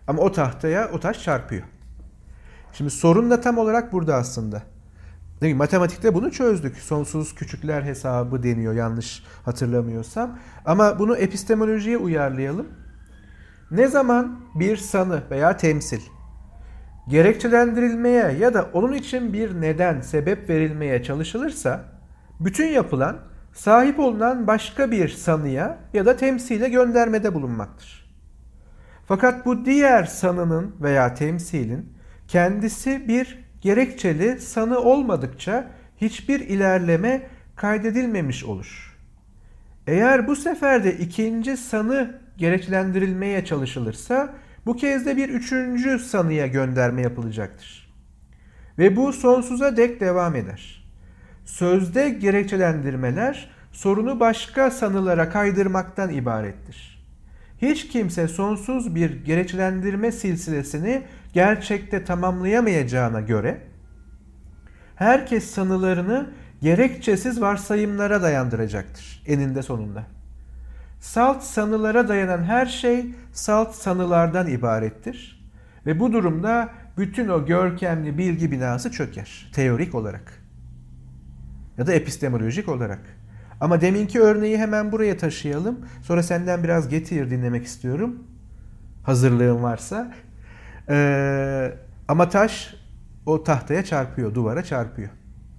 Speaker 3: Ama o tahtaya o taş çarpıyor. Şimdi sorun da tam olarak burada aslında. Değil mi? Matematikte bunu çözdük. Sonsuz küçükler hesabı deniyor yanlış hatırlamıyorsam. Ama bunu epistemolojiye uyarlayalım. Ne zaman bir sanı veya temsil gerekçelendirilmeye ya da onun için bir neden, sebep verilmeye çalışılırsa bütün yapılan sahip olunan başka bir sanıya ya da temsile göndermede bulunmaktır. Fakat bu diğer sanının veya temsilin kendisi bir gerekçeli sanı olmadıkça hiçbir ilerleme kaydedilmemiş olur. Eğer bu sefer de ikinci sanı gerekçelendirilmeye çalışılırsa bu kez de bir üçüncü sanıya gönderme yapılacaktır. Ve bu sonsuza dek devam eder. Sözde gerekçelendirmeler sorunu başka sanılara kaydırmaktan ibarettir. Hiç kimse sonsuz bir gerekçelendirme silsilesini gerçekte tamamlayamayacağına göre herkes sanılarını gerekçesiz varsayımlara dayandıracaktır eninde sonunda. Salt sanılara dayanan her şey salt sanılardan ibarettir ve bu durumda bütün o görkemli bilgi binası çöker teorik olarak ya da epistemolojik olarak. Ama deminki örneği hemen buraya taşıyalım. Sonra senden biraz Gettier dinlemek istiyorum. Hazırlığın varsa. Ee, ama taş o tahtaya çarpıyor, duvara çarpıyor.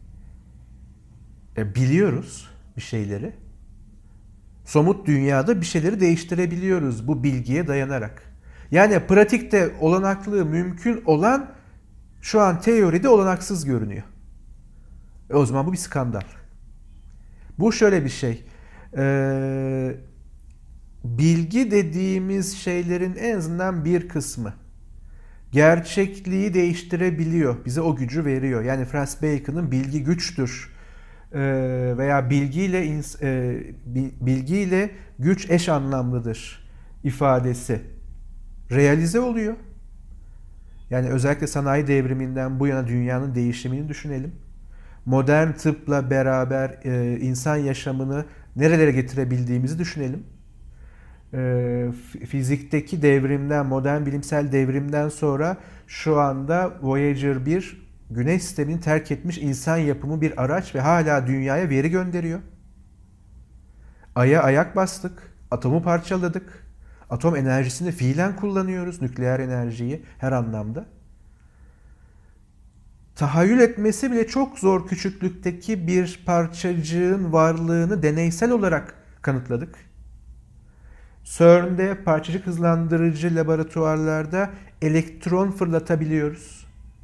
Speaker 3: E, biliyoruz bir şeyleri. Somut dünyada bir şeyleri değiştirebiliyoruz bu bilgiye dayanarak. Yani pratikte olanaklı, mümkün olan şu an teoride olanaksız görünüyor. E, o zaman bu bir skandal. Bu şöyle bir şey. Ee, bilgi dediğimiz şeylerin en azından bir kısmı gerçekliği değiştirebiliyor. Bize o gücü veriyor. Yani Francis Bacon'ın bilgi güçtür ee, veya bilgiyle e, bilgiyle güç eş anlamlıdır ifadesi realize oluyor. Yani özellikle sanayi devriminden bu yana dünyanın değişimini düşünelim. Modern tıpla beraber e, insan yaşamını nerelere getirebildiğimizi düşünelim. E, fizikteki devrimden, modern bilimsel devrimden sonra şu anda Voyager bir Güneş sistemini terk etmiş insan yapımı bir araç ve hala dünyaya veri gönderiyor. Ay'a ayak bastık, atomu parçaladık. Atom enerjisini fiilen kullanıyoruz, nükleer enerjiyi her anlamda. Tahayyül etmesi bile çok zor küçüklükteki bir parçacığın varlığını deneysel olarak kanıtladık. CERN'de parçacık hızlandırıcı laboratuvarlarda elektron fırlatabiliyoruz.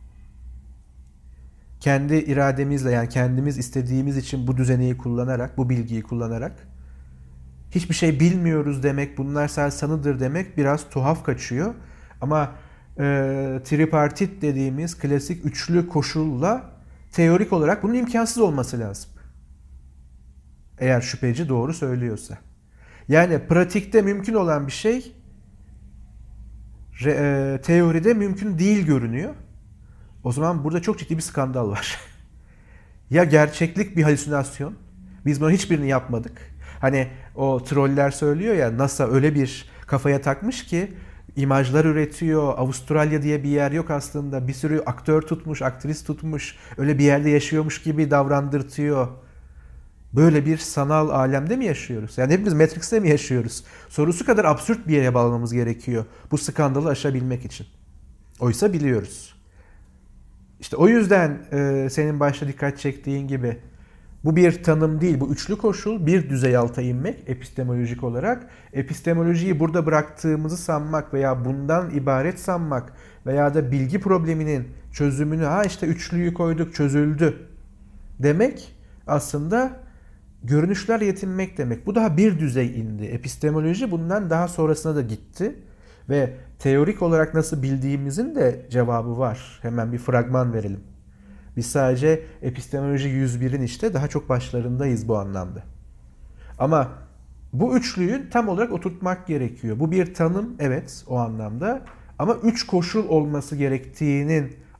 Speaker 3: Kendi irademizle yani kendimiz istediğimiz için bu düzeneyi kullanarak, bu bilgiyi kullanarak hiçbir şey bilmiyoruz demek, bunlar sadece sanıdır demek biraz tuhaf kaçıyor. Ama e, tripartit dediğimiz klasik üçlü koşulla teorik olarak bunun imkansız olması lazım. Eğer şüpheci doğru söylüyorsa. Yani pratikte mümkün olan bir şey re, e, teoride mümkün değil görünüyor. O zaman burada çok ciddi bir skandal var. Ya gerçeklik bir halüsinasyon. Biz bunun hiçbirini yapmadık. Hani o troller söylüyor ya NASA öyle bir kafaya takmış ki imajlar üretiyor. Avustralya diye bir yer yok aslında. Bir sürü aktör tutmuş, aktris tutmuş. Öyle bir yerde yaşıyormuş gibi davrandırtıyor. Böyle bir sanal alemde mi yaşıyoruz? Yani hepimiz Matrix'te mi yaşıyoruz? Sorusu kadar absürt bir yere bağlamamız gerekiyor bu skandalı aşabilmek için. Oysa biliyoruz. İşte o yüzden e, senin başta dikkat çektiğin gibi bu bir tanım değil, bu üçlü koşul bir düzey alta inmek epistemolojik olarak. Epistemolojiyi burada bıraktığımızı sanmak veya bundan ibaret sanmak veya da bilgi probleminin çözümünü ha işte üçlüyü koyduk çözüldü demek aslında görünüşler yetinmek demek. Bu daha bir düzey indi. Epistemoloji bundan daha sonrasına da gitti. Ve teorik olarak nasıl bildiğimizin de cevabı var. Hemen bir fragman verelim. Biz sadece epistemoloji yüz birin işte daha çok başlarındayız bu anlamda. Ama bu üçlüyü tam olarak oturtmak gerekiyor. Bu bir tanım evet o anlamda. Ama üç koşul olması gerektiğinin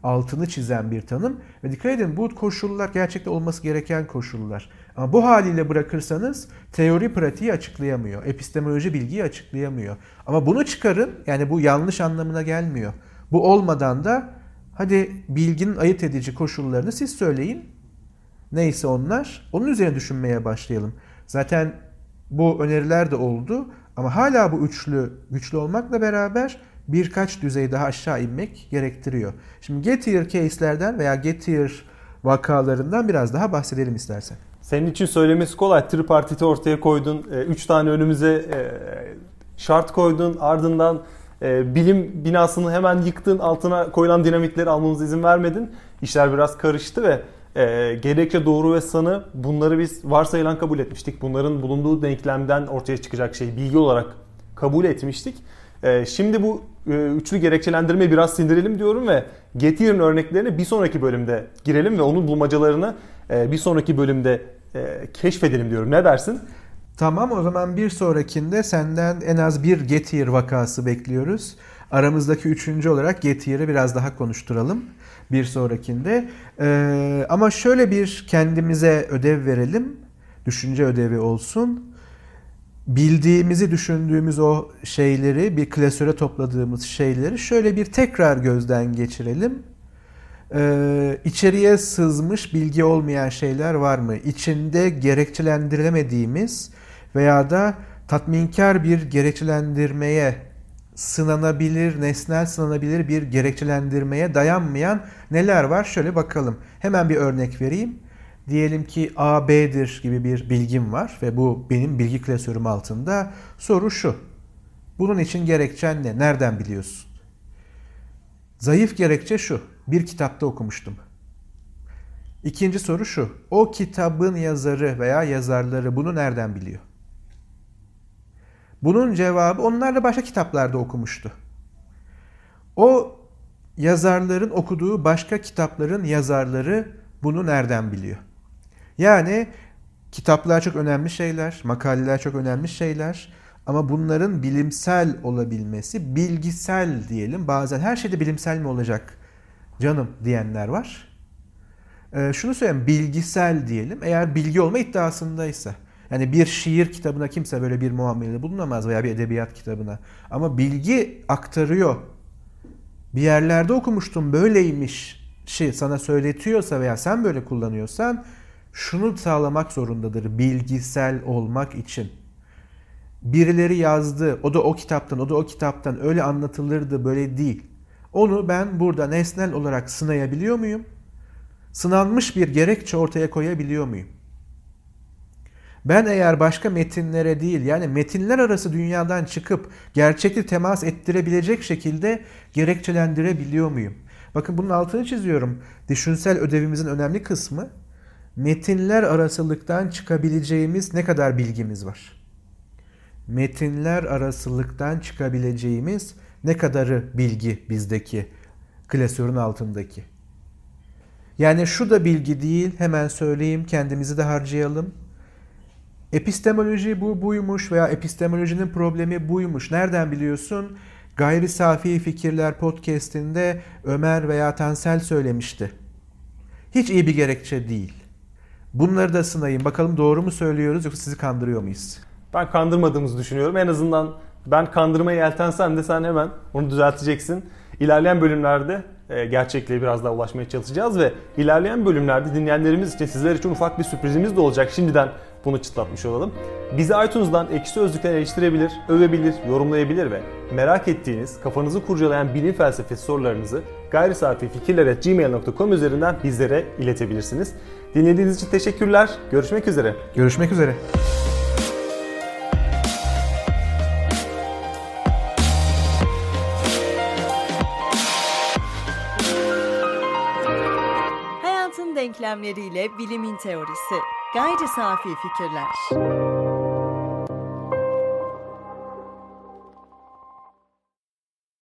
Speaker 3: altını çizen bir tanım. Ve dikkat edin, bu koşullar gerçekten olması gereken koşullar. Ama bu haliyle bırakırsanız teori pratiği açıklayamıyor. Epistemoloji bilgiyi açıklayamıyor. Ama bunu çıkarın, yani bu yanlış anlamına gelmiyor. Bu olmadan da hadi bilginin ayırt edici koşullarını siz söyleyin. Neyse onlar, onun üzerine düşünmeye başlayalım. Zaten bu öneriler de oldu ama hala bu üçlü güçlü olmakla beraber birkaç düzey daha aşağı inmek gerektiriyor. Şimdi Gettier case'lerden veya Gettier vakalarından biraz daha bahsedelim istersen.
Speaker 2: Senin için söylemesi kolay. Tripartiti ortaya koydun. Üç tane önümüze şart koydun. Ardından bilim binasını hemen yıktın. Altına koyulan dinamitleri almamıza izin vermedin. İşler biraz karıştı ve gerekçe, doğru ve sanı, bunları biz varsayılan kabul etmiştik. Bunların bulunduğu denklemden ortaya çıkacak şeyi bilgi olarak kabul etmiştik. Şimdi bu üçlü gerekçelendirmeyi biraz sindirelim diyorum ve Gettier'in örneklerine bir sonraki bölümde girelim ve onun bulmacalarını bir sonraki bölümde keşfedelim diyorum. Ne dersin?
Speaker 3: Tamam, o zaman bir sonrakinde senden en az bir Gettier vakası bekliyoruz. Aramızdaki üçüncü olarak Gettier'i biraz daha konuşturalım bir sonrakinde. Ee, ama şöyle bir kendimize ödev verelim. Düşünce ödevi olsun. Bildiğimizi düşündüğümüz o şeyleri, bir klasöre topladığımız şeyleri şöyle bir tekrar gözden geçirelim. Ee, içeriye sızmış bilgi olmayan şeyler var mı? İçinde gerekçelendirilemediğimiz veya da tatminkar bir gerekçelendirmeye, sınanabilir, nesnel sınanabilir bir gerekçelendirmeye dayanmayan neler var? Şöyle bakalım. Hemen bir örnek vereyim. Diyelim ki A B'dir gibi bir bilgim var ve bu benim bilgi klasörüm altında. Soru şu. Bunun için gerekçen ne? Nereden biliyorsun? Zayıf gerekçe şu. Bir kitapta okumuştum. İkinci soru şu. O kitabın yazarı veya yazarları bunu nereden biliyor? Bunun cevabı onlar da başka kitaplarda okumuştu. O yazarların okuduğu başka kitapların yazarları bunu nereden biliyor? Yani kitaplar çok önemli şeyler, makaleler çok önemli şeyler ama bunların bilimsel olabilmesi, bilgisel diyelim. Bazen her şeyde bilimsel mi olacak canım diyenler var. Ee, şunu söyleyeyim, bilgisel diyelim eğer bilgi olma iddiasındaysa. Yani bir şiir kitabına kimse böyle bir muamelede bulunamaz veya bir edebiyat kitabına. Ama bilgi aktarıyor. Bir yerlerde okumuştum, böyleymiş şey sana söyletiyorsa veya sen böyle kullanıyorsan şunu sağlamak zorundadır bilgisel olmak için. Birileri yazdı, o da o kitaptan, o da o kitaptan öyle anlatılırdı, böyle değil. Onu ben burada nesnel olarak sınayabiliyor muyum? Sınanmış bir gerekçe ortaya koyabiliyor muyum? Ben eğer başka metinlere değil, yani metinler arası dünyadan çıkıp gerçekli temas ettirebilecek şekilde gerekçelendirebiliyor muyum? Bakın bunun altını çiziyorum. Düşünsel ödevimizin önemli kısmı metinler arasılıktan çıkabileceğimiz ne kadar bilgimiz var? Metinler arasılıktan çıkabileceğimiz ne kadarı bilgi bizdeki, klasörün altındaki? Yani şu da bilgi değil, hemen söyleyeyim, kendimizi de harcayalım. Epistemoloji bu buymuş veya epistemolojinin problemi buymuş. Nereden biliyorsun? Gayri Safi Fikirler podcast'inde Ömer veya Tansel söylemişti. Hiç iyi bir gerekçe değil. Bunları da sınayın. Bakalım doğru mu söylüyoruz yoksa sizi kandırıyor muyuz?
Speaker 2: Ben kandırmadığımızı düşünüyorum. En azından ben kandırmayı yeltensem de sen hemen onu düzelteceksin. İlerleyen bölümlerde gerçekliğe biraz daha ulaşmaya çalışacağız ve ilerleyen bölümlerde dinleyenlerimiz için, sizler için ufak bir sürprizimiz de olacak. Şimdiden bunu çıtlatmış olalım. Bizi iTunes'dan Ekşi Sözlük'ten eleştirebilir, övebilir, yorumlayabilir ve merak ettiğiniz, kafanızı kurcalayan bilim felsefesi sorularınızı gayrisafifikirler at gmail nokta com üzerinden bizlere iletebilirsiniz. Dinlediğiniz için teşekkürler. Görüşmek üzere.
Speaker 3: Görüşmek üzere.
Speaker 1: Hayatın denklemleriyle bilimin teorisi. Gayri safi fikirler.